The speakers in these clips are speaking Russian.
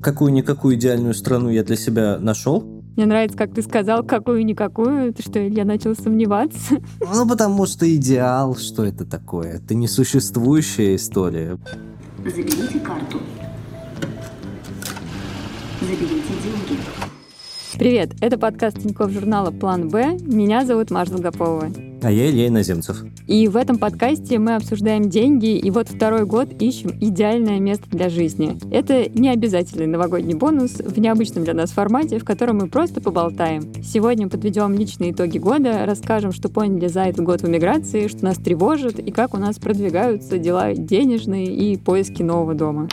какую-никакую идеальную страну я для себя нашел. Мне нравится, как ты сказал, какую-никакую. Ты что, я начал сомневаться? Ну, потому что идеал, что это такое? Это несуществующая история. Заберите карту. Заберите деньги. Привет, это подкаст Тинькофф журнала «План Б». Меня зовут Маша Долгополова. А я Илья Иноземцев. И в этом подкасте мы обсуждаем деньги, и вот второй год ищем идеальное место для жизни. Это не обязательный новогодний бонус в необычном для нас формате, в котором мы просто поболтаем. Сегодня подведем личные итоги года, расскажем, что поняли за этот год в эмиграции, что нас тревожит, и как у нас продвигаются дела денежные и поиски нового дома.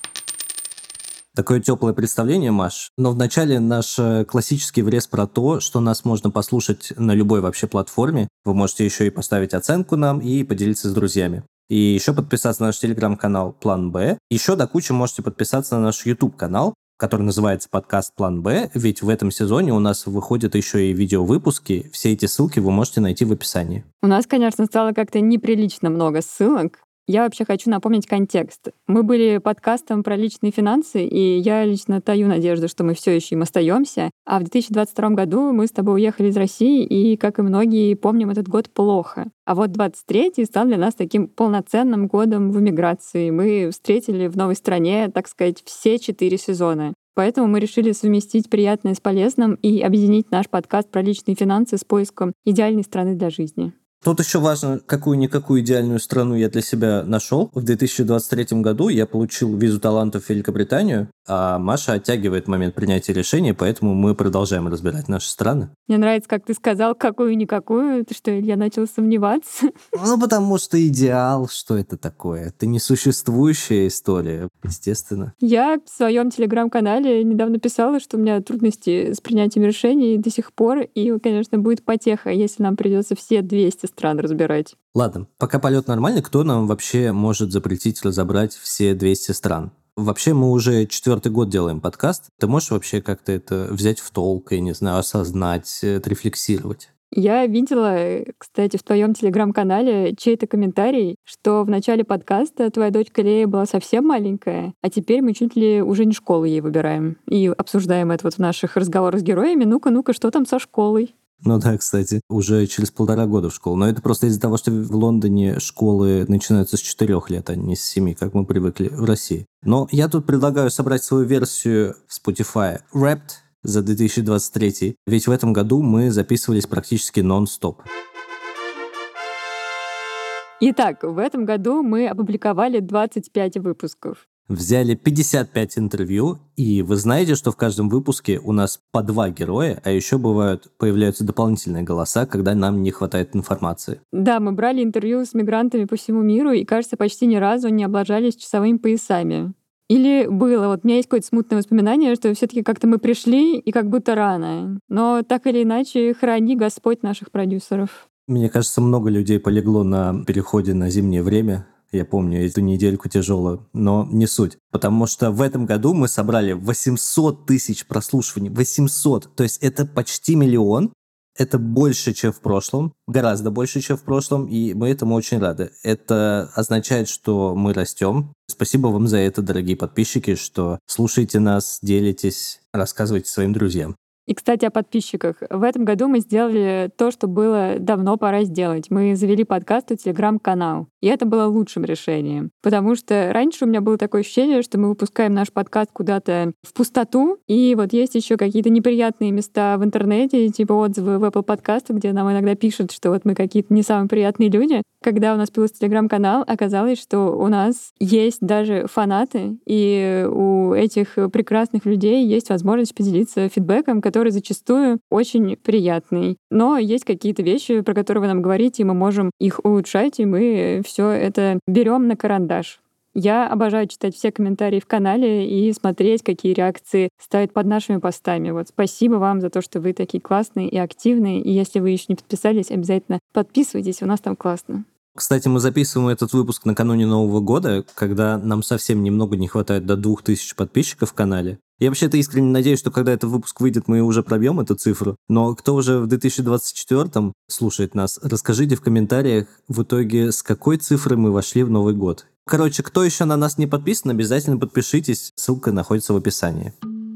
Такое теплое представление, Маш. Но вначале наш классический врез про то, что нас можно послушать на любой вообще платформе. Вы можете еще и поставить оценку нам и поделиться с друзьями. И еще подписаться на наш телеграм-канал «План Б». Еще до кучи можете подписаться на наш YouTube-канал, который называется подкаст «План Б», ведь в этом сезоне у нас выходят еще и видеовыпуски. Все эти ссылки вы можете найти в описании. У нас, конечно, стало как-то неприлично много ссылок. Я вообще хочу напомнить контекст. Мы были подкастом про личные финансы, и я лично таю надежду, что мы все еще им остаемся. А в 2022 году мы с тобой уехали из России, и, как и многие, помним этот год плохо. А вот 23-й стал для нас таким полноценным годом в эмиграции. Мы встретили в новой стране, так сказать, все 4 сезона. Поэтому мы решили совместить приятное с полезным и объединить наш подкаст про личные финансы с поиском идеальной страны для жизни. Тут еще важно, какую-никакую идеальную страну я для себя нашел. В 2023 году я получил визу талантов в Великобританию, а Маша оттягивает момент принятия решения, поэтому мы продолжаем разбирать наши страны. Мне нравится, как ты сказал, какую-никакую. Ты что, я начал сомневаться? Ну, потому что идеал, что это такое? Это несуществующая история, естественно. Я в своем телеграм-канале недавно писала, что у меня трудности с принятием решений до сих пор, и, конечно, будет потеха, если нам придется все 200 стран разбирать. Ладно, пока полет нормальный, кто нам вообще может запретить разобрать все 200 стран? Вообще мы уже 4-й год делаем подкаст. Ты можешь вообще как-то это взять в толк, я не знаю, осознать, отрефлексировать? Я видела, кстати, в твоем телеграм-канале чей-то комментарий, что в начале подкаста твоя дочка Лея была совсем маленькая, а теперь мы чуть ли уже не школу ей выбираем. И обсуждаем это вот в наших разговорах с героями. Ну-ка, что там со школой? Ну да, кстати, уже через 1,5 года в школу. Но это просто из-за того, что в Лондоне школы начинаются с 4 лет, а не с 7, как мы привыкли в России. Но я тут предлагаю собрать свою версию в Spotify Wrapped за 2023, ведь в этом году мы записывались практически нон-стоп. Итак, в этом году мы опубликовали 25 выпусков. Взяли 55 интервью, и вы знаете, что в каждом выпуске у нас по 2 героя, а еще появляются дополнительные голоса, когда нам не хватает информации. Да, мы брали интервью с мигрантами по всему миру, и, кажется, почти ни разу не облажались часовыми поясами. Или было, вот у меня есть какое-то смутное воспоминание, что все-таки как-то мы пришли, и как будто рано. Но так или иначе, храни Господь наших продюсеров. Мне кажется, много людей полегло на переходе на зимнее время. Я помню эту недельку тяжелую, но не суть. Потому что в этом году мы собрали 800 тысяч прослушиваний. 800! То есть это почти 1 миллион. Это больше, чем в прошлом. Гораздо больше, чем в прошлом. И мы этому очень рады. Это означает, что мы растем. Спасибо вам за это, дорогие подписчики, что слушаете нас, делитесь, рассказывайте своим друзьям. И, кстати, о подписчиках. В этом году мы сделали то, что было давно пора сделать. Мы завели подкаст и телеграм-канал. И это было лучшим решением. Потому что раньше у меня было такое ощущение, что мы выпускаем наш подкаст куда-то в пустоту. И вот есть еще какие-то неприятные места в интернете, типа отзывы в Apple подкастах, где нам иногда пишут, что вот мы какие-то не самые приятные люди. Когда у нас появился телеграм-канал, оказалось, что у нас есть даже фанаты, и у этих прекрасных людей есть возможность поделиться фидбэком, который зачастую очень приятный. Но есть какие-то вещи, про которые вы нам говорите, и мы можем их улучшать, и мы все это берем на карандаш. Я обожаю читать все комментарии в канале и смотреть, какие реакции ставят под нашими постами. Вот спасибо вам за то, что вы такие классные и активные. И если вы еще не подписались, обязательно подписывайтесь, у нас там классно. Кстати, мы записываем этот выпуск накануне Нового года, когда нам совсем немного не хватает до 2000 подписчиков в канале. Я вообще-то искренне надеюсь, что когда этот выпуск выйдет, мы уже пробьем эту цифру. Но кто уже в 2024 слушает нас, расскажите в комментариях в итоге, с какой цифры мы вошли в Новый год. Короче, кто еще на нас не подписан, обязательно подпишитесь. Ссылка находится в описании.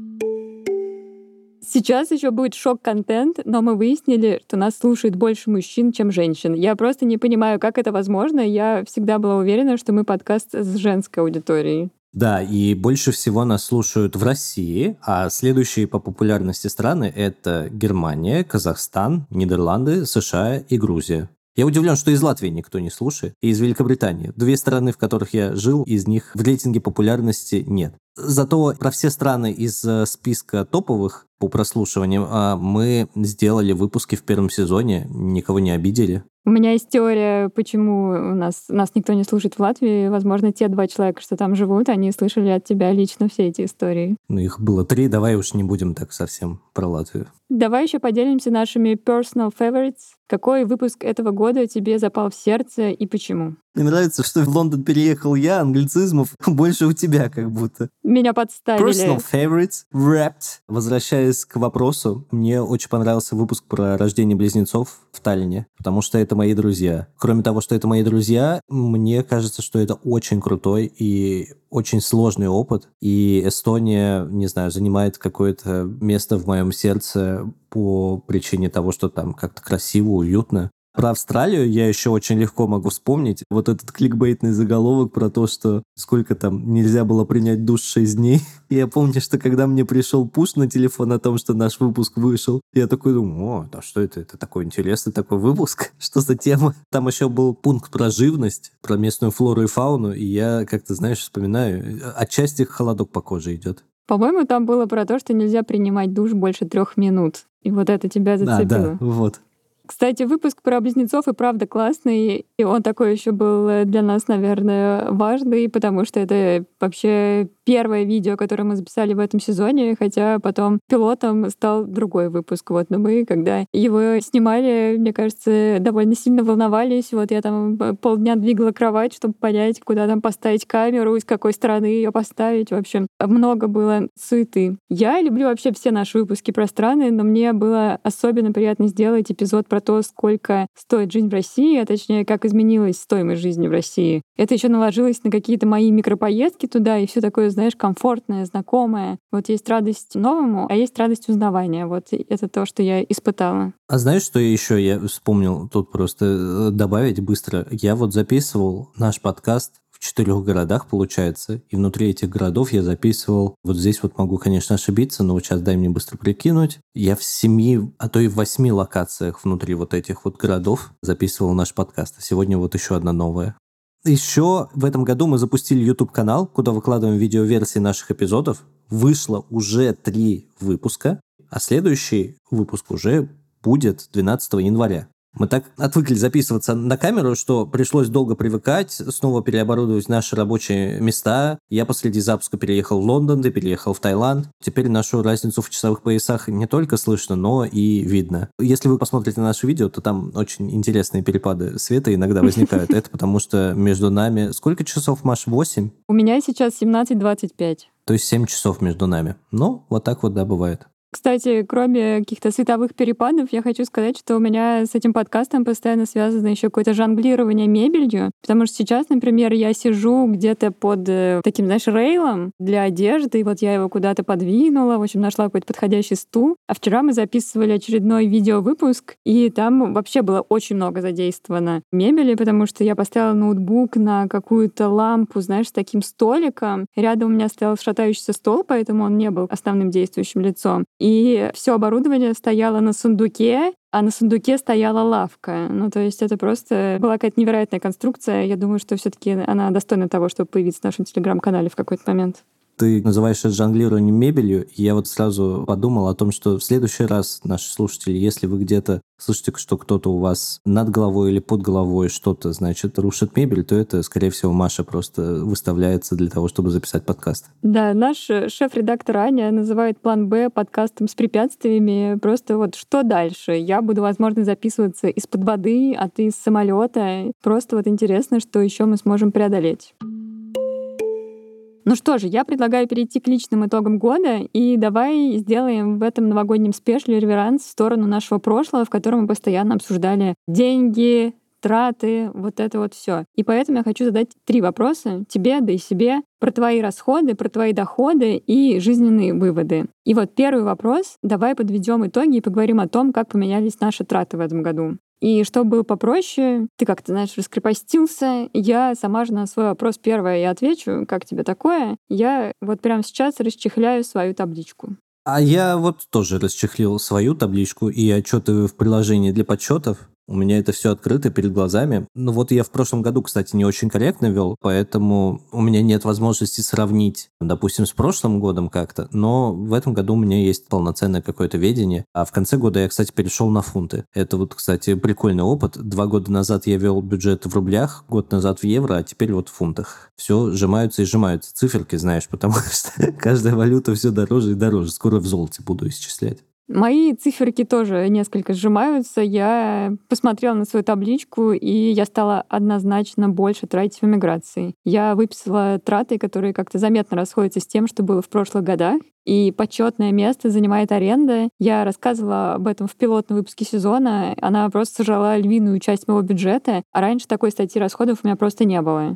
Сейчас еще будет шок-контент, но мы выяснили, что нас слушает больше мужчин, чем женщин. Я просто не понимаю, как это возможно. Я всегда была уверена, что мы подкаст с женской аудиторией. Да, и больше всего нас слушают в России, а следующие по популярности страны — это Германия, Казахстан, Нидерланды, США и Грузия. Я удивлен, что из Латвии никто не слушает, и из Великобритании. 2 страны, в которых я жил, из них в рейтинге популярности нет. Зато про все страны из списка топовых по прослушиваниям мы сделали выпуски в первом сезоне, никого не обидели. У меня есть теория, почему нас никто не слушает в Латвии. Возможно, те 2 человека, что там живут, они слышали от тебя лично все эти истории. Ну, их было 3, давай уж не будем так совсем про Латвию. Давай еще поделимся нашими personal favorites. Какой выпуск этого года тебе запал в сердце и почему? Мне нравится, что в Лондон переехал я, англицизмов больше у тебя как будто. Меня подставили. Personal favorites, wrapped. Возвращаясь к вопросу, мне очень понравился выпуск про рождение близнецов в Таллине, потому что это мои друзья. Кроме того, что это мои друзья, мне кажется, что это очень крутой и очень сложный опыт. И Эстония, не знаю, занимает какое-то место в моем сердце по причине того, что там как-то красиво, уютно. Про Австралию я еще очень легко могу вспомнить. Вот этот кликбейтный заголовок про то, что сколько там нельзя было принять душ 6 дней. И я помню, что когда мне пришел пуш на телефон о том, что наш выпуск вышел, я такой думаю, да что это? Это такой интересный такой выпуск? Что за тема? Там еще был пункт про живность, про местную флору и фауну, и я как-то, знаешь, вспоминаю, отчасти холодок по коже идет. По-моему, там было про то, что нельзя принимать душ больше 3 минут. И вот это тебя зацепило. Да, вот. Кстати, выпуск про близнецов и правда классный, и он такой еще был для нас, наверное, важный, потому что это вообще первое видео, которое мы записали в этом сезоне, хотя потом пилотом стал другой выпуск. Вот, но мы, когда его снимали, мне кажется, довольно сильно волновались. Вот я там полдня двигала кровать, чтобы понять, куда там поставить камеру, с какой стороны ее поставить. В общем, много было суеты. Я люблю вообще все наши выпуски про страны, но мне было особенно приятно сделать эпизод про то, сколько стоит жизнь в России, а точнее, как изменилась стоимость жизни в России. Это еще наложилось на какие-то мои микропоездки туда, и все такое, знаешь, комфортное, знакомое. Вот есть радость новому, а есть радость узнавания. Вот это то, что я испытала. А знаешь, что еще я вспомнил тут просто добавить быстро? Я вот записывал наш подкаст в 4 городах, получается, и внутри этих городов я записывал, вот здесь вот могу, конечно, ошибиться, но вот сейчас дай мне быстро прикинуть, я в 7, а то и в 8 локациях внутри вот этих вот городов записывал наш подкаст. А сегодня вот еще одна новая. Еще в этом году мы запустили YouTube-канал, куда выкладываем видеоверсии наших эпизодов. Вышло уже 3 выпуска, а следующий выпуск уже будет 12 января. Мы так отвыкли записываться на камеру, что пришлось долго привыкать, снова переоборудовать наши рабочие места. Я посреди запуска переехал в Лондон, ты переехал в Таиланд. Теперь нашу разницу в часовых поясах не только слышно, но и видно. Если вы посмотрите на наше видео, то там очень интересные перепады света иногда возникают. Это потому что между нами... Сколько часов, Маш? 8? У меня сейчас 17:25. То есть 7 часов между нами. Ну, вот так вот, да, бывает. Кстати, кроме каких-то световых перепадов, я хочу сказать, что у меня с этим подкастом постоянно связано еще какое-то жонглирование мебелью, потому что сейчас, например, я сижу где-то под таким, знаешь, рейлом для одежды, и вот я его куда-то подвинула, в общем, нашла какой-то подходящий стул. А вчера мы записывали очередной видеовыпуск, и там вообще было очень много задействовано мебели, потому что я поставила ноутбук на какую-то лампу, знаешь, с таким столиком. Рядом у меня стоял шатающийся стол, поэтому он не был основным действующим лицом. И все оборудование стояло на сундуке, а на сундуке стояла лавка. Ну, то есть это просто была какая-то невероятная конструкция. Я думаю, что все-таки она достойна того, чтобы появиться в нашем телеграм-канале в какой-то момент. Ты называешь это жонглированием мебелью, и я вот сразу подумал о том, что в следующий раз, наши слушатели, если вы где-то слышите, что кто-то у вас над головой или под головой что-то, значит, рушит мебель, то это, скорее всего, Маша просто выставляется для того, чтобы записать подкаст. Да, наш шеф-редактор Аня называет план «Б» подкастом с препятствиями. Просто вот что дальше? Я буду, возможно, записываться из-под воды, а ты из самолета. Просто вот интересно, что еще мы сможем преодолеть. Ну что же, я предлагаю перейти к личным итогам года, и давай сделаем в этом новогоднем спешле реверанс в сторону нашего прошлого, в котором мы постоянно обсуждали деньги, траты, вот это вот все. И поэтому я хочу задать 3 вопроса тебе, да и себе, про твои расходы, про твои доходы и жизненные выводы. И вот первый вопрос. Давай подведем итоги и поговорим о том, как поменялись наши траты в этом году. И чтобы было попроще, ты как-то, знаешь, раскрепостился. Я сама же на свой вопрос первое и отвечу, как тебе такое. Я вот прямо сейчас расчехляю свою табличку. А я вот тоже расчехлил свою табличку и отчеты в приложении для подсчетов. У меня это все открыто перед глазами. Ну вот я в прошлом году, кстати, не очень корректно вел, поэтому у меня нет возможности сравнить, допустим, с прошлым годом как-то, но в этом году у меня есть полноценное какое-то ведение. А в конце года я, кстати, перешел на фунты. Это вот, кстати, прикольный опыт. 2 года назад я вел бюджет в рублях, год назад в евро, а теперь вот в фунтах. Все сжимаются и сжимаются циферки, знаешь, потому что каждая валюта все дороже и дороже. Скоро в золоте буду исчислять. Мои циферки тоже несколько сжимаются. Я посмотрела на свою табличку, и я стала однозначно больше тратить в эмиграции. Я выписала траты, которые как-то заметно расходятся с тем, что было в прошлых годах. И почетное место занимает аренда. Я рассказывала об этом в пилотном выпуске сезона. Она просто сожрала львиную часть моего бюджета, а раньше такой статьи расходов у меня просто не было.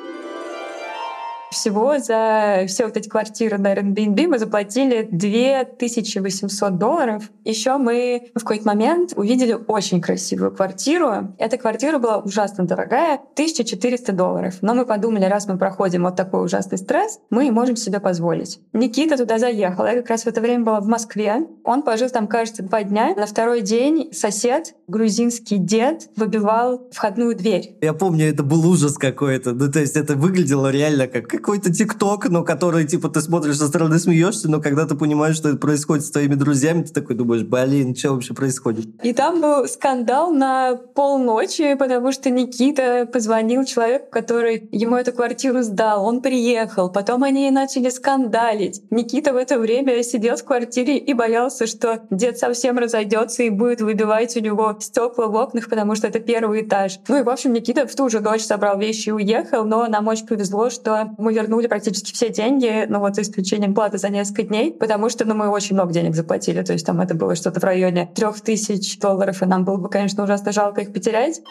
Всего за все вот эти квартиры на Airbnb мы заплатили $2800. Еще мы в какой-то момент увидели очень красивую квартиру. Эта квартира была ужасно дорогая, $1400. Но мы подумали, раз мы проходим вот такой ужасный стресс, мы можем себе позволить. Никита туда заехал. Я как раз в это время была в Москве. Он пожил там, кажется, 2 дня. На второй день сосед, грузинский дед, выбивал входную дверь. Я помню, это был ужас какой-то. Ну, то есть это выглядело реально как какой-то ТикТок, но который, типа, ты смотришь со стороны, смеешься, но когда ты понимаешь, что это происходит с твоими друзьями, ты такой думаешь, блин, что вообще происходит? И там был скандал на полночи, потому что Никита позвонил человеку, который ему эту квартиру сдал. Он приехал, потом они начали скандалить. Никита в это время сидел в квартире и боялся, что дед совсем разойдется и будет выбивать у него стекла в окнах, потому что это 1-й этаж. Ну и, в общем, Никита в ту же ночь собрал вещи и уехал, но нам очень повезло, что мы вернули практически все деньги, ну вот за исключением платы за несколько дней, потому что мы очень много денег заплатили, то есть там это было что-то в районе $3000, и нам было бы, конечно, ужасно жалко их потерять.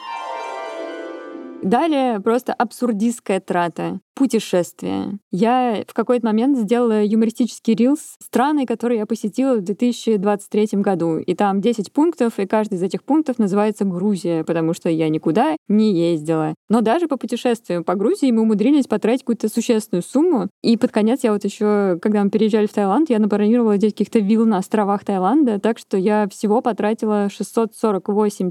Далее просто абсурдистская трата. Путешествия. Я в какой-то момент сделала юмористический рилс страны, которые я посетила в 2023 году. И там 10 пунктов, и каждый из этих пунктов называется Грузия, потому что я никуда не ездила. Но даже по путешествиям по Грузии мы умудрились потратить какую-то существенную сумму. И под конец я вот еще, когда мы переезжали в Таиланд, я набронировала здесь каких-то вилл на островах Таиланда, так что я всего потратила 648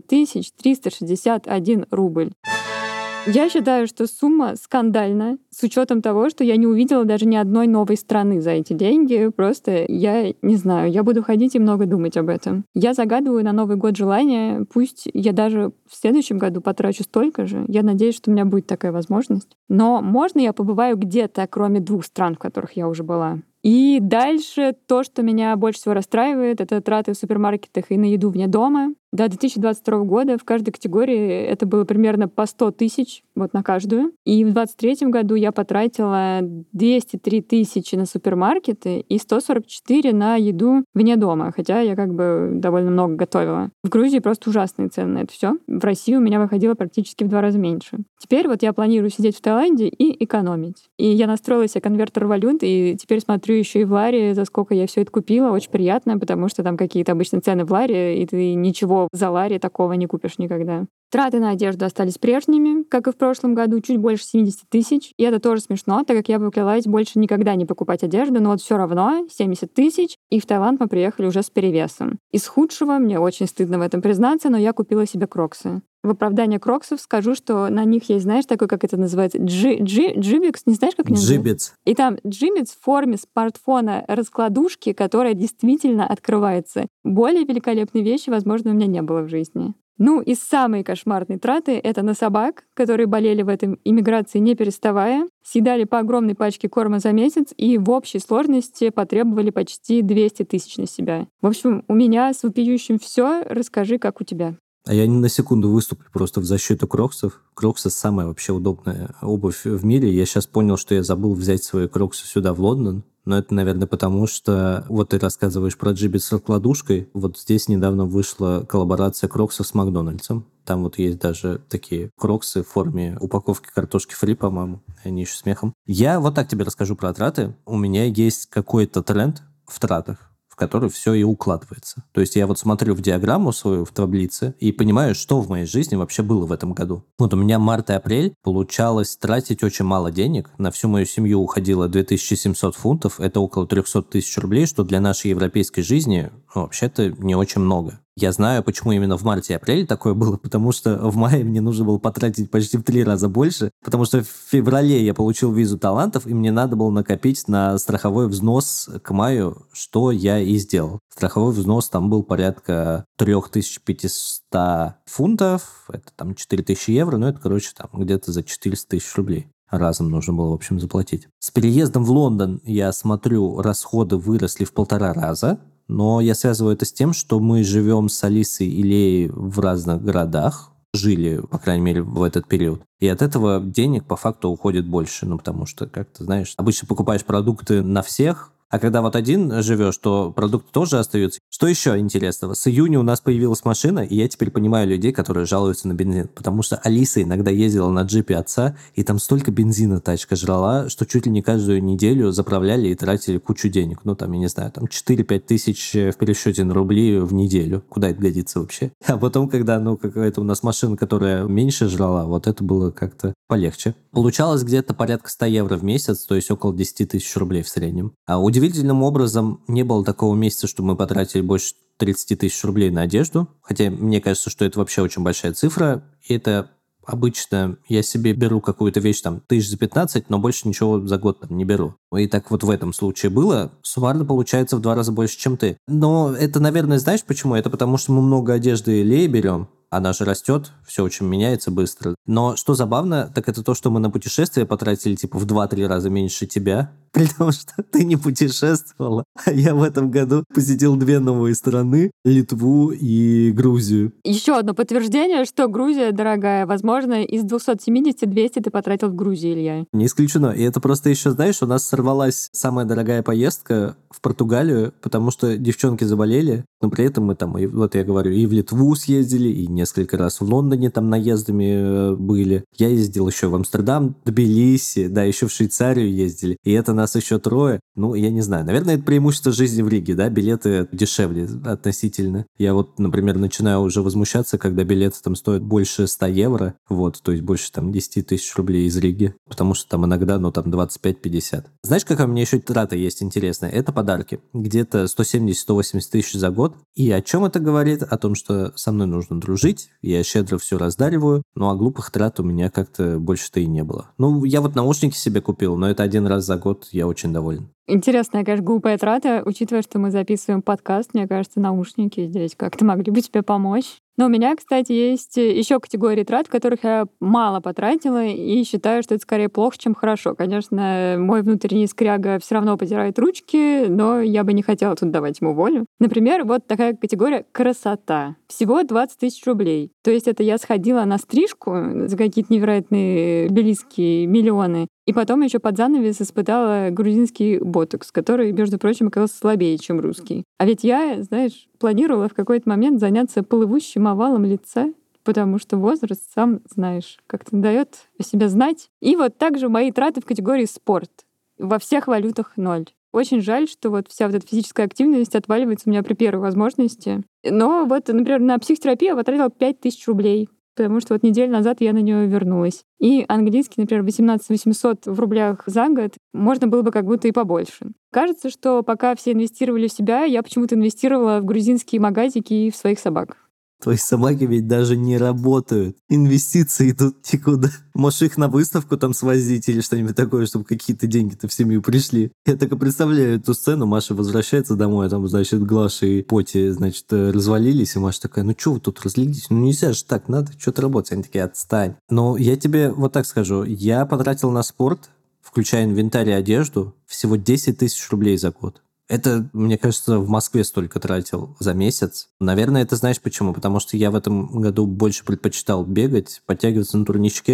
361 рубль. Я считаю, что сумма скандальна, с учетом того, что я не увидела даже ни одной новой страны за эти деньги. Просто я не знаю, я буду ходить и много думать об этом. Я загадываю на Новый год желание, пусть я даже в следующем году потрачу столько же. Я надеюсь, что у меня будет такая возможность. Но можно я побываю где-то, кроме 2 стран, в которых я уже была? И дальше то, что меня больше всего расстраивает, это траты в супермаркетах и на еду вне дома. До 2022 года в каждой категории это было примерно по 100 тысяч вот на каждую. И в 2023 году я потратила 203 тысячи на супермаркеты и 144 на еду вне дома, хотя я как бы довольно много готовила. В Грузии просто ужасные цены на это все. В России у меня выходило практически в 2 раза меньше. Теперь вот я планирую сидеть в Таиланде и экономить. И я настроила себе конвертер валют, и теперь смотрю еще и в Ларе, за сколько я все это купила. Очень приятно, потому что там какие-то обычные цены в Ларе, и ты ничего за Ларе такого не купишь никогда. Траты на одежду остались прежними, как и в прошлом году, чуть больше 70 тысяч. И это тоже смешно, так как я поклялась больше никогда не покупать одежду, но вот все равно 70 тысяч, и в Таиланд мы приехали уже с перевесом. Из худшего, мне очень стыдно в этом признаться, но я купила себе кроксы. В оправдание кроксов скажу, что на них есть, знаешь, такой, как это называется, джибикс, не знаешь, как они называются? Джибец. И там джибец в форме смартфона раскладушки, которая действительно открывается. Более великолепной вещи, возможно, у меня не было в жизни. Ну и самые кошмарные траты — это на собак, которые болели в этой иммиграции не переставая, съедали по огромной пачке корма за месяц и в общей сложности потребовали почти 200 тысяч на себя. В общем, у меня с вопиющим все. Расскажи, как у тебя. А я на секунду выступлю просто в защиту кроксов. Кроксы — самая вообще удобная обувь в мире. Я сейчас понял, что я забыл взять свои кроксы сюда, в Лондон, Но это, наверное, потому что вот ты рассказываешь про джибит с раскладушкой. Вот здесь недавно вышла коллаборация Кроксов с Макдональдсом. Там вот есть даже такие кроксы в форме упаковки картошки фри, по-моему. Они еще смехом. Я вот так тебе расскажу про траты. У меня есть какой-то тренд в тратах, в который все и укладывается. То есть я вот смотрю в диаграмму свою в таблице и понимаю, что в моей жизни вообще было в этом году. Вот у меня март и апрель получалось тратить очень мало денег. На всю мою семью уходило 2700 фунтов. Это около 300 тысяч рублей, что для нашей европейской жизни вообще-то не очень много. Я знаю, почему именно в марте и апреле такое было, потому что в мае мне нужно было потратить почти в 3 раза больше, потому что в феврале я получил визу талантов, и мне надо было накопить на страховой взнос к маю, что я и сделал. Страховой взнос там был порядка 3500 фунтов, это там 4000 евро, ну это, короче, там где-то за 400 тысяч рублей. Разом нужно было, в общем, заплатить. С переездом в Лондон, я смотрю, расходы выросли в 1,5 раза, но я связываю это с тем, что мы живем с Алисой и Леей в разных городах, жили, по крайней мере, в этот период. И от этого денег по факту уходит больше, ну, потому что, как ты знаешь, обычно покупаешь продукты на всех, а когда вот один живешь, то продукты тоже остаются. Что еще интересного? С июня у нас появилась машина, и я теперь понимаю людей, которые жалуются на бензин. Потому что Алиса иногда ездила на джипе отца, и там столько бензина тачка жрала, что чуть ли не каждую неделю заправляли и тратили кучу денег. Ну, там, я не знаю, там 4-5 тысяч в пересчете на рубли в неделю. Куда это годится вообще? А потом, когда, ну, какая-то у нас машина, которая меньше жрала, вот это было как-то полегче. Получалось где-то порядка 100 евро в месяц, то есть около 10 тысяч рублей в среднем. А удивительным образом не было такого месяца, что мы потратили больше 30 тысяч рублей на одежду, хотя мне кажется, что это вообще очень большая цифра, и это обычно я себе беру какую-то вещь там 15 но больше ничего за год там не беру. И так вот в этом случае было. Суммарно получается в 2 раза больше, чем ты. Но это, наверное, знаешь почему? Это потому что мы много одежды Леи берем, она же растет, все очень меняется быстро. Но что забавно, так это то, что мы на путешествие потратили типа в 2-3 раза меньше тебя, при том, что ты не путешествовала. А я в этом году посетил 2 новые страны, Литву и Грузию. Еще одно подтверждение, что Грузия дорогая. Возможно, из 270 200 ты потратил в Грузии, Илья. Не исключено. И это просто еще, знаешь, у нас сорвалась самая дорогая поездка в Португалию, потому что девчонки заболели, но при этом мы там, и, вот я говорю, и в Литву съездили, и несколько раз в Лондоне там наездами были. Я ездил еще в Амстердам, Тбилиси, да, еще в Швейцарию ездили. И это нас еще 3. Ну, я не знаю. Наверное, это преимущество жизни в Риге, да, билеты дешевле относительно. Я вот, например, начинаю уже возмущаться, когда билеты там стоят больше 100 евро, вот, то есть больше там 10 тысяч рублей из Риги, потому что там иногда, ну, там 25-50. Знаешь, какая у меня еще трата есть интересная? Это подарки. Где-то 170-180 тысяч за год. И о чем это говорит? О том, что со мной нужно дружить, я щедро все раздариваю, ну, а глупых трат у меня как-то больше-то и не было. Ну, я вот наушники себе купил, но это 1 раз за год, я очень доволен. Интересная, конечно, глупая трата, учитывая, что мы записываем подкаст, мне кажется, наушники здесь как-то могли бы тебе помочь. Но у меня, кстати, есть еще категории трат, которых я мало потратила, и считаю, что это скорее плохо, чем хорошо. Конечно, мой внутренний скряга все равно потирает ручки, но я бы не хотела тут давать ему волю. Например, вот такая категория «красота». Всего 20 тысяч рублей. То есть это я сходила на стрижку за какие-то невероятные белистские миллионы, и потом еще под занавес испытала грузинский ботокс, который, между прочим, оказался слабее, чем русский. А ведь я, знаешь, планировала в какой-то момент заняться плывущим овалом лица, потому что возраст, сам знаешь, как-то дает о себе знать. И вот также мои траты в категории спорт. Во всех валютах 0. Очень жаль, что вот вся вот эта физическая активность отваливается у меня при первой возможности. Но вот, например, на психотерапию я потратила 5000 рублей. Потому что вот неделю назад я на нее вернулась. И английский, например, 18 800 в рублях за год, можно было бы как будто и побольше. Кажется, что пока все инвестировали в себя, я почему-то инвестировала в грузинские магазики и в своих собак. Твои собаки ведь даже не работают. Инвестиции идут никуда. Можешь их на выставку там свозить или что-нибудь такое, чтобы какие-то деньги-то в семью пришли. Я так и представляю эту сцену. Маша возвращается домой, а там, значит, Глаша и Поти, значит, развалились. И Маша такая, ну что вы тут разлеглись? Ну нельзя же так, надо что-то работать. Они такие, отстань. Но я тебе вот так скажу. Я потратил на спорт, включая инвентарь и одежду, всего 10 тысяч рублей за год. Это, мне кажется, в Москве столько тратил за месяц. Наверное, это знаешь почему? Потому что я в этом году больше предпочитал бегать, подтягиваться на турничке.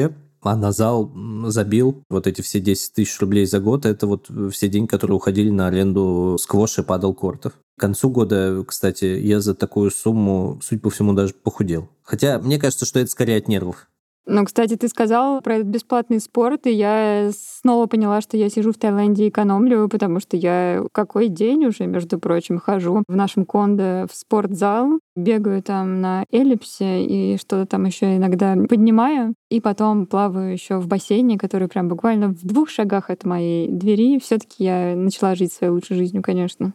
а на зал забил. Вот эти все 10 тысяч рублей за год, это вот все деньги, которые уходили на аренду сквоша и падл-кортов. К концу года, кстати, я за такую сумму, судя по всему, даже похудел. Хотя мне кажется, что это скорее от нервов. Ну, кстати, ты сказал про этот бесплатный спорт, и я снова поняла, что я сижу в Таиланде и экономлю, потому что я какой день уже, между прочим, хожу в нашем кондо в спортзал, бегаю там на эллипсе и что-то там еще иногда поднимаю, и потом плаваю еще в бассейне, который прям буквально в 2 шагах от моей двери. Все-таки я начала жить своей лучшей жизнью, конечно.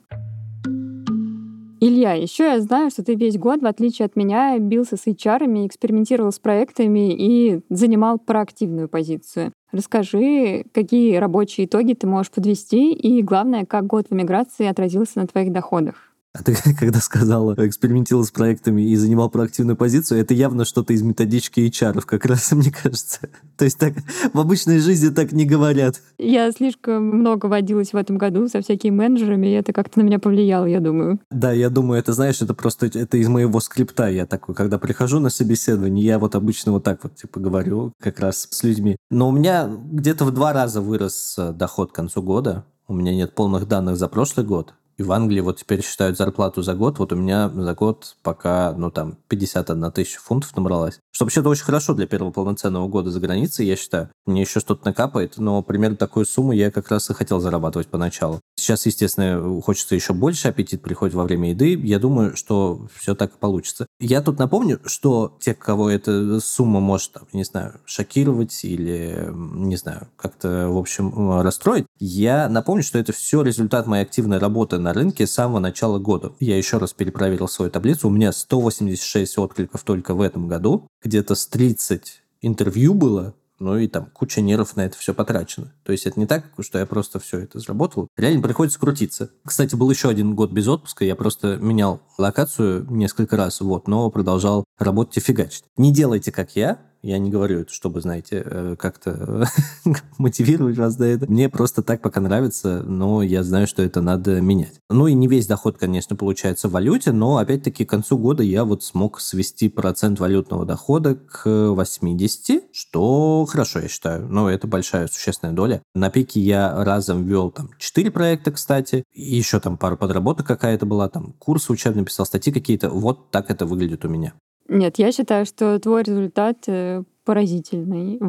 Илья, еще я знаю, что ты весь год, в отличие от меня, бился с HR-ами, экспериментировал с проектами и занимал проактивную позицию. Расскажи, какие рабочие итоги ты можешь подвести, и главное, как год в эмиграции отразился на твоих доходах. А ты когда сказала, экспериментировал с проектами и занимал проактивную позицию, это явно что-то из методички HR, как раз, мне кажется. То есть так в обычной жизни так не говорят. Я слишком много водилась в этом году со всякими менеджерами, и это как-то на меня повлияло, я думаю. Да, я думаю, это, знаешь, это просто это из моего скрипта. Я такой, когда прихожу на собеседование, я вот обычно вот так вот типа говорю как раз с людьми. Но у меня где-то в 2 раза вырос доход к концу года. У меня нет полных данных за прошлый год. И в Англии вот теперь считают зарплату за год. Вот у меня за год пока, 51 тысяча фунтов набралась. Что вообще-то очень хорошо для первого полноценного года за границей, я считаю. Мне еще что-то накапает, но примерно такую сумму я как раз и хотел зарабатывать поначалу. Сейчас, естественно, хочется еще больше, аппетит приходит во время еды. Я думаю, что все так и получится. Я тут напомню, что те, кого эта сумма может, не знаю, шокировать или, не знаю, как-то, в общем, расстроить, я напомню, что это все результат моей активной работы на рынке с самого начала года. Я еще раз перепроверил свою таблицу. У меня 186 откликов только в этом году. Где-то с 30 интервью было. И там куча нервов на это все потрачено. То есть это не так, что я просто все это заработал. Реально приходится крутиться. Кстати, был еще 1 год без отпуска. Я просто менял локацию несколько раз, но продолжал работать и фигачить. Не делайте, как я. Я не говорю это, чтобы, знаете, как-то мотивировать вас на это. Мне просто так пока нравится, но я знаю, что это надо менять. И не весь доход, конечно, получается в валюте, но, опять-таки, к концу года я вот смог свести процент валютного дохода к 80, что хорошо, я считаю. Но это большая, существенная доля. На пике я разом вел 4 проекта, кстати, и еще пару подработок какая-то была, курсы учебные писал, статьи какие-то. Вот так это выглядит у меня. Нет, я считаю, что твой результат поразительный.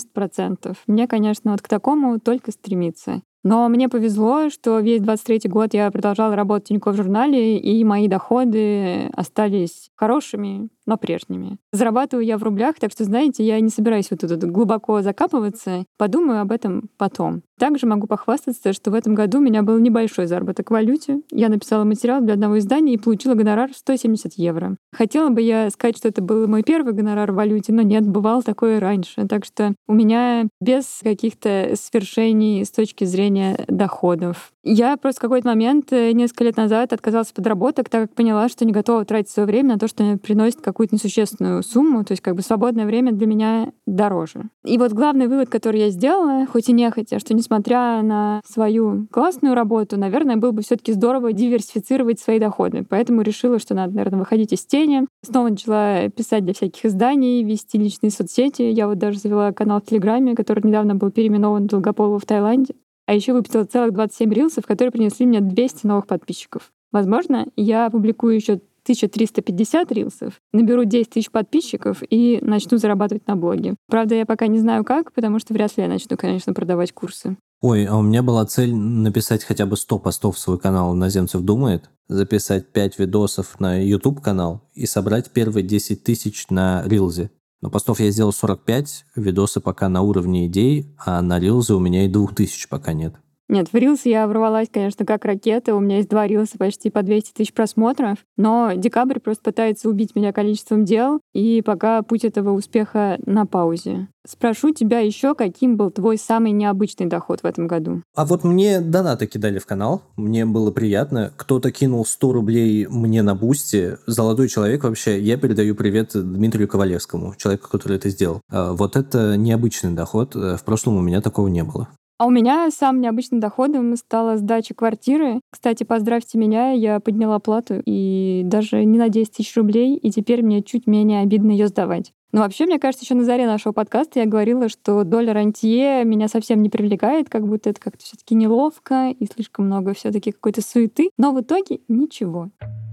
80%. Мне, конечно, вот к такому только стремиться. Но мне повезло, что весь 23-й год я продолжала работать в Тинькофф журнале, и мои доходы остались хорошими, но прежними. Зарабатываю я в рублях, так что, знаете, я не собираюсь вот тут глубоко закапываться. Подумаю об этом потом. Также могу похвастаться, что в этом году у меня был небольшой заработок в валюте. Я написала материал для одного издания и получила гонорар 170 евро. Хотела бы я сказать, что это был мой первый гонорар в валюте, но нет, бывало такое раньше. Так что у меня без каких-то свершений с точки зрения доходов. Я просто в какой-то момент, несколько лет назад, отказалась от подработок, так как поняла, что не готова тратить свое время на то, что приносит какую-то несущественную сумму, то есть свободное время для меня дороже. И вот главный вывод, который я сделала, хоть и нехотя, что несмотря на свою классную работу, наверное, было бы все-таки здорово диверсифицировать свои доходы. Поэтому решила, что надо, наверное, выходить из тени. Снова начала писать для всяких изданий, вести личные соцсети. Я вот даже завела канал в Телеграме, который недавно был переименован Долгополово в Таиланде. А еще выпустила целых 27 рилсов, которые принесли мне 200 новых подписчиков. Возможно, я опубликую еще 1350 рилсов, наберу 10 тысяч подписчиков и начну зарабатывать на блоге. Правда, я пока не знаю как, потому что вряд ли я начну, конечно, продавать курсы. Ой, а у меня была цель написать хотя бы 100 постов в свой канал «Иноземцев думает», записать 5 видосов на YouTube-канал и собрать первые 10 тысяч на рилзе. Но постов я сделал 45, видосы пока на уровне идей, а на рилзе у меня и 2000 пока нет. Нет, в рилс я ворвалась, конечно, как ракета. У меня есть 2 рилса почти по 200 тысяч просмотров. Но декабрь просто пытается убить меня количеством дел, и пока путь этого успеха на паузе. Спрошу тебя еще, каким был твой самый необычный доход в этом году? А вот мне донаты кидали в канал, мне было приятно. Кто-то кинул 100 рублей мне на Бусти. Золотой человек вообще. Я передаю привет Дмитрию Ковалевскому, человеку, который это сделал. Вот это необычный доход. В прошлом у меня такого не было. А у меня самым необычным доходом стала сдача квартиры. Кстати, поздравьте меня, я подняла плату и даже не на 10 тысяч рублей, и теперь мне чуть менее обидно ее сдавать. Но вообще, мне кажется, еще на заре нашего подкаста я говорила, что доля рантье меня совсем не привлекает, как будто это как-то все-таки неловко и слишком много все-таки какой-то суеты. Но в итоге ничего.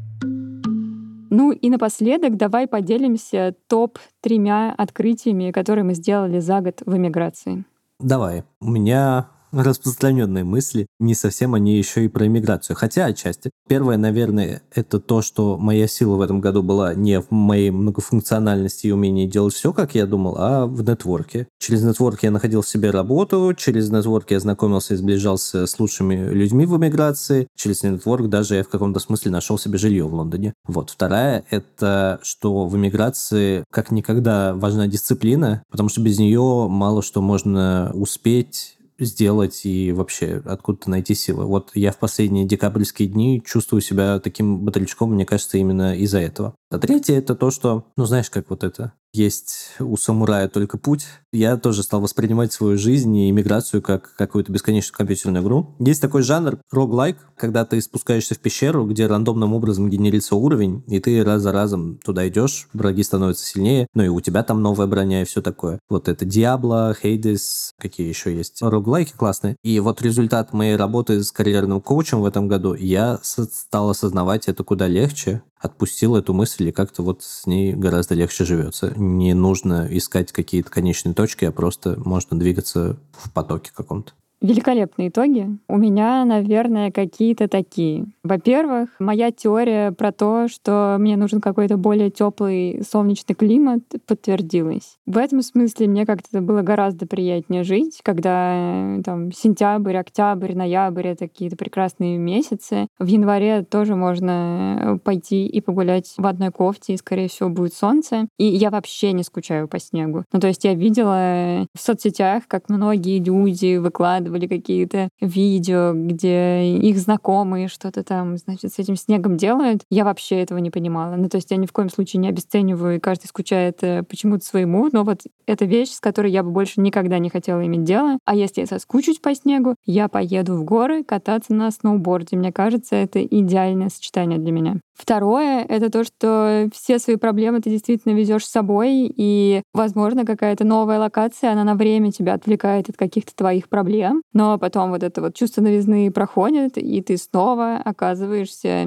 Ну и напоследок давай поделимся топ-3 открытиями, которые мы сделали за год в эмиграции. Давай. У меня распространенные мысли, не совсем они еще и про иммиграцию, хотя отчасти. Первое, наверное, это то, что моя сила в этом году была не в моей многофункциональности и умении делать все, как я думал, а в нетворке. Через нетворк я находил себе работу, через нетворк я знакомился и сближался с лучшими людьми в эмиграции, через нетворк даже я в каком-то смысле нашел себе жилье в Лондоне. Вот. Вторая, это что в эмиграции как никогда важна дисциплина, потому что без нее мало что можно успеть сделать и вообще откуда-то найти силы. Вот я в последние декабрьские дни чувствую себя таким бодрячком, мне кажется, именно из-за этого. А третье — это то, что, знаешь, как вот это, есть у самурая только путь. Я тоже стал воспринимать свою жизнь и иммиграцию как какую-то бесконечную компьютерную игру. Есть такой жанр roguelike, когда ты спускаешься в пещеру, где рандомным образом генерится уровень, и ты раз за разом туда идешь, враги становятся сильнее, и у тебя там новая броня и все такое. Вот это Diablo, Hades, какие еще есть roguelike классные. И вот результат моей работы с карьерным коучем в этом году, я стал осознавать это куда легче, отпустил эту мысль, и как-то вот с ней гораздо легче живется. Не нужно искать какие-то конечные точки, а просто можно двигаться в потоке каком-то. Великолепные итоги. У меня, наверное, какие-то такие. Во-первых, моя теория про то, что мне нужен какой-то более теплый солнечный климат, подтвердилась. В этом смысле мне как-то было гораздо приятнее жить, когда там сентябрь, октябрь, ноябрь — это какие-то прекрасные месяцы. В январе тоже можно пойти и погулять в одной кофте, и, скорее всего, будет солнце. И я вообще не скучаю по снегу. То есть я видела в соцсетях, как многие люди выкладывали какие-то видео, где их знакомые что-то там, значит, с этим снегом делают. Я вообще этого не понимала. То есть я ни в коем случае не обесцениваю, и каждый скучает почему-то своему, но вот это вещь, с которой я бы больше никогда не хотела иметь дело. А если я соскучусь по снегу, я поеду в горы кататься на сноуборде. Мне кажется, это идеальное сочетание для меня. Второе — это то, что все свои проблемы ты действительно везешь с собой, и, возможно, какая-то новая локация, она на время тебя отвлекает от каких-то твоих проблем, но потом вот это вот чувство новизны проходит, и ты снова оказываешься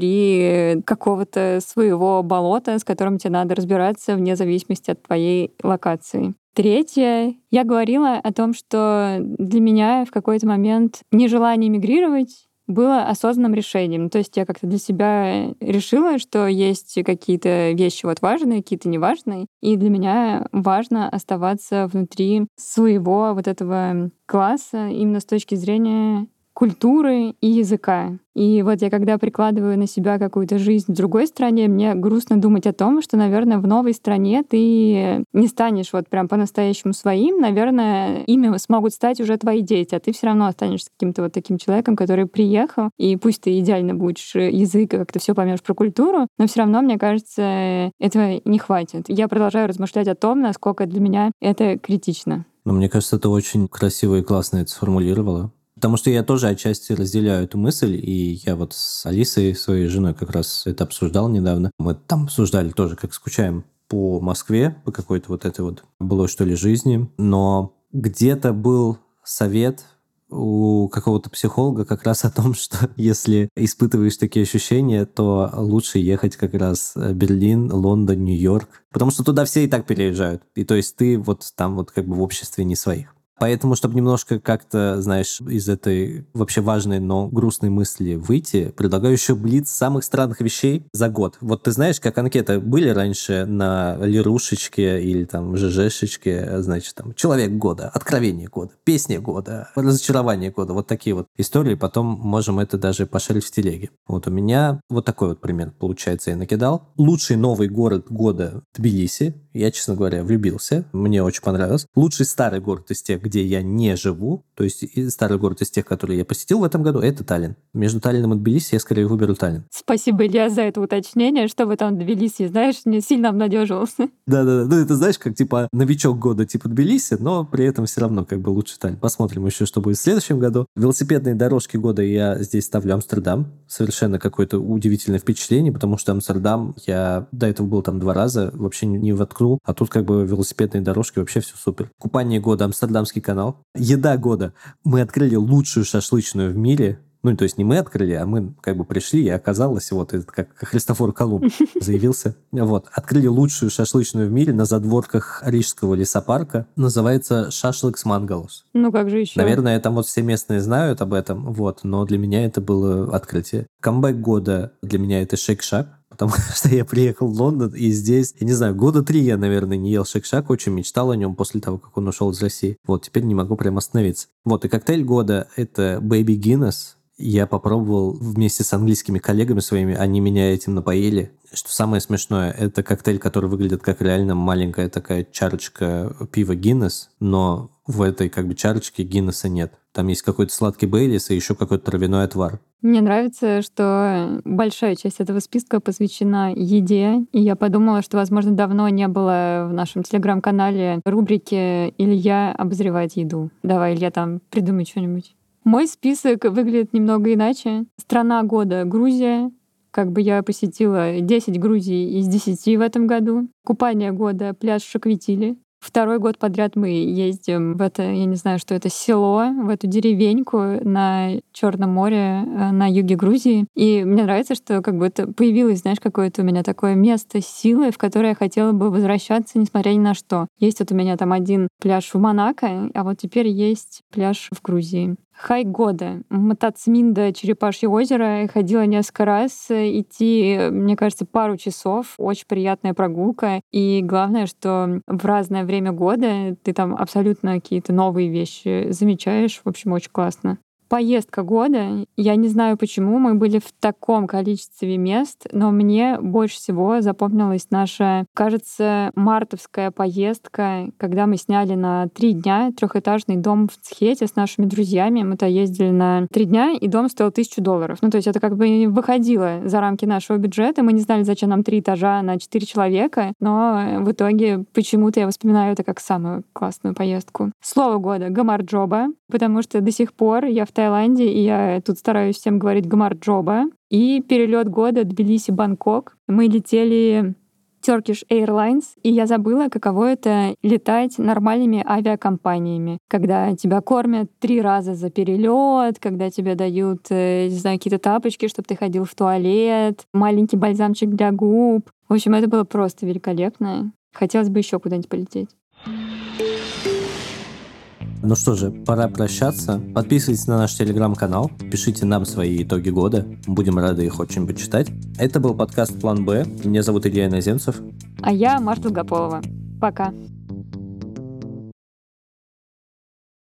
внутри какого-то своего болота, с которым тебе надо разбираться вне зависимости от твоей локации. Третье. Я говорила о том, что для меня в какой-то момент нежелание мигрировать было осознанным решением. То есть я как-то для себя решила, что есть какие-то вещи важные, какие-то неважные, и для меня важно оставаться внутри своего вот этого класса именно с точки зрения культуры и языка. И вот я когда прикладываю на себя какую-то жизнь в другой стране, мне грустно думать о том, что, наверное, в новой стране ты не станешь прям по-настоящему своим. Наверное, ими смогут стать уже твои дети, а ты все равно останешься каким-то таким человеком, который приехал, и пусть ты идеально будешь язык и как-то все поймешь про культуру, но все равно, мне кажется, этого не хватит. Я продолжаю размышлять о том, насколько для меня это критично. Но мне кажется, ты очень красиво и классно это сформулировала. Потому что я тоже отчасти разделяю эту мысль, и я с Алисой, своей женой, как раз это обсуждал недавно. Мы там обсуждали тоже, как скучаем по Москве, по какой-то этой былой, что ли, жизни. Но где-то был совет у какого-то психолога как раз о том, что если испытываешь такие ощущения, то лучше ехать как раз в Берлин, Лондон, Нью-Йорк. Потому что туда все и так переезжают. И то есть ты там как бы в обществе не своих. Поэтому, чтобы немножко как-то, знаешь, из этой вообще важной, но грустной мысли выйти, предлагаю еще блиц самых странных вещей за год. Вот ты знаешь, как анкеты были раньше на Лерушечке или там ЖЖшечке, значит, там «Человек года», «Откровение года», «Песня года», «Разочарование года». Вот такие истории. Потом можем это даже пошарить в телеге. У меня такой пример, получается, я накидал. Лучший новый город года — Тбилиси. Я, честно говоря, влюбился. Мне очень понравилось. Лучший старый город из тех, где я не живу, то есть старый город из тех, которые я посетил в этом году, это Таллин. Между Таллином и Тбилиси я скорее выберу Таллин. Спасибо, Илья, за это уточнение, что вы там в Тбилиси, знаешь, не сильно обнадеживался. Да-да-да, это знаешь, как новичок года Тбилиси, но при этом все равно лучше Таллин. Посмотрим еще, что будет в следующем году. Велосипедные дорожки года я здесь ставлю Амстердам. Совершенно какое-то удивительное впечатление, потому что Амстердам, я до этого был там 2 раза, вообще не воткнул тянул, а тут как бы велосипедные дорожки, вообще все супер. Купание года, Амстердамский канал. Еда года. Мы открыли лучшую шашлычную в мире. Ну, то есть не мы открыли, а мы как бы пришли, и оказалось, вот, это как Христофор Колумб заявился. Вот, открыли лучшую шашлычную в мире на задворках Рижского лесопарка. Называется «Шашлыкс Мангалус». Ну, как же еще? Наверное, там вот все местные знают об этом, вот, но для меня это было открытие. Камбэк года для меня это «Шейк-Шак», потому что я приехал в Лондон, и здесь, я не знаю, 3 года я, наверное, не ел «Шейк-Шак», очень мечтал о нем после того, как он ушел из России. Вот, теперь не могу прям остановиться. Вот, и коктейль года — это Baby Guinness. Я попробовал вместе с английскими коллегами своими, они меня этим напоили. Что самое смешное, это коктейль, который выглядит как реально маленькая такая чарочка пива Guinness, но в этой как бы чарочке Гиннесса нет. Там есть какой-то сладкий Бейлис и еще какой-то травяной отвар. Мне нравится, что большая часть этого списка посвящена еде, и я подумала, что, возможно, давно не было в нашем телеграм-канале рубрики «Илья обозревает еду». Давай, Илья, там придумай что-нибудь. Мой список выглядит немного иначе. Страна года — Грузия. Как бы я посетила 10 Грузий из 10 в этом году. Купание года — пляж Шаквитили. 2-й год подряд мы ездим в это, я не знаю, что это, село, в эту деревеньку на Черном море на юге Грузии. И мне нравится, что как бы это появилось, знаешь, какое-то у меня такое место силы, в которое я хотела бы возвращаться, несмотря ни на что. Есть вот у меня там один пляж в Монако, а вот теперь есть пляж в Грузии. Хайк года. Мотоцминда, Черепашье озеро. Ходила несколько раз. Идти, мне кажется, пару часов. Очень приятная прогулка. И главное, что в разное время года ты там абсолютно какие-то новые вещи замечаешь. В общем, очень классно. Поездка года. Я не знаю, почему мы были в таком количестве мест, но мне больше всего запомнилась наша, кажется, мартовская поездка, когда мы сняли на 3 дня 3-этажный дом в Цхете с нашими друзьями. Мы-то ездили на 3 дня, и дом стоил $1000. Ну, то есть это как бы выходило за рамки нашего бюджета. Мы не знали, зачем нам 3 этажа на 4 человека, но в итоге почему-то я воспоминаю это как самую классную поездку. Слово года — гамарджоба, потому что до сих пор я в Таиланде, и я тут стараюсь всем говорить гамарджоба. И перелет года — Тбилиси-Бангкок. Мы летели Turkish Airlines, и я забыла, каково это летать нормальными авиакомпаниями, когда тебя кормят 3 раза за перелет, когда тебе дают, не знаю, какие-то тапочки, чтобы ты ходил в туалет, маленький бальзамчик для губ. В общем, это было просто великолепно. Хотелось бы еще куда-нибудь полететь. Ну что же, пора прощаться. Подписывайтесь на наш телеграм-канал, пишите нам свои итоги года. Будем рады их очень почитать. Это был подкаст «План Б». Меня зовут Илья Иноземцев. А я Маша Долгополова. Пока.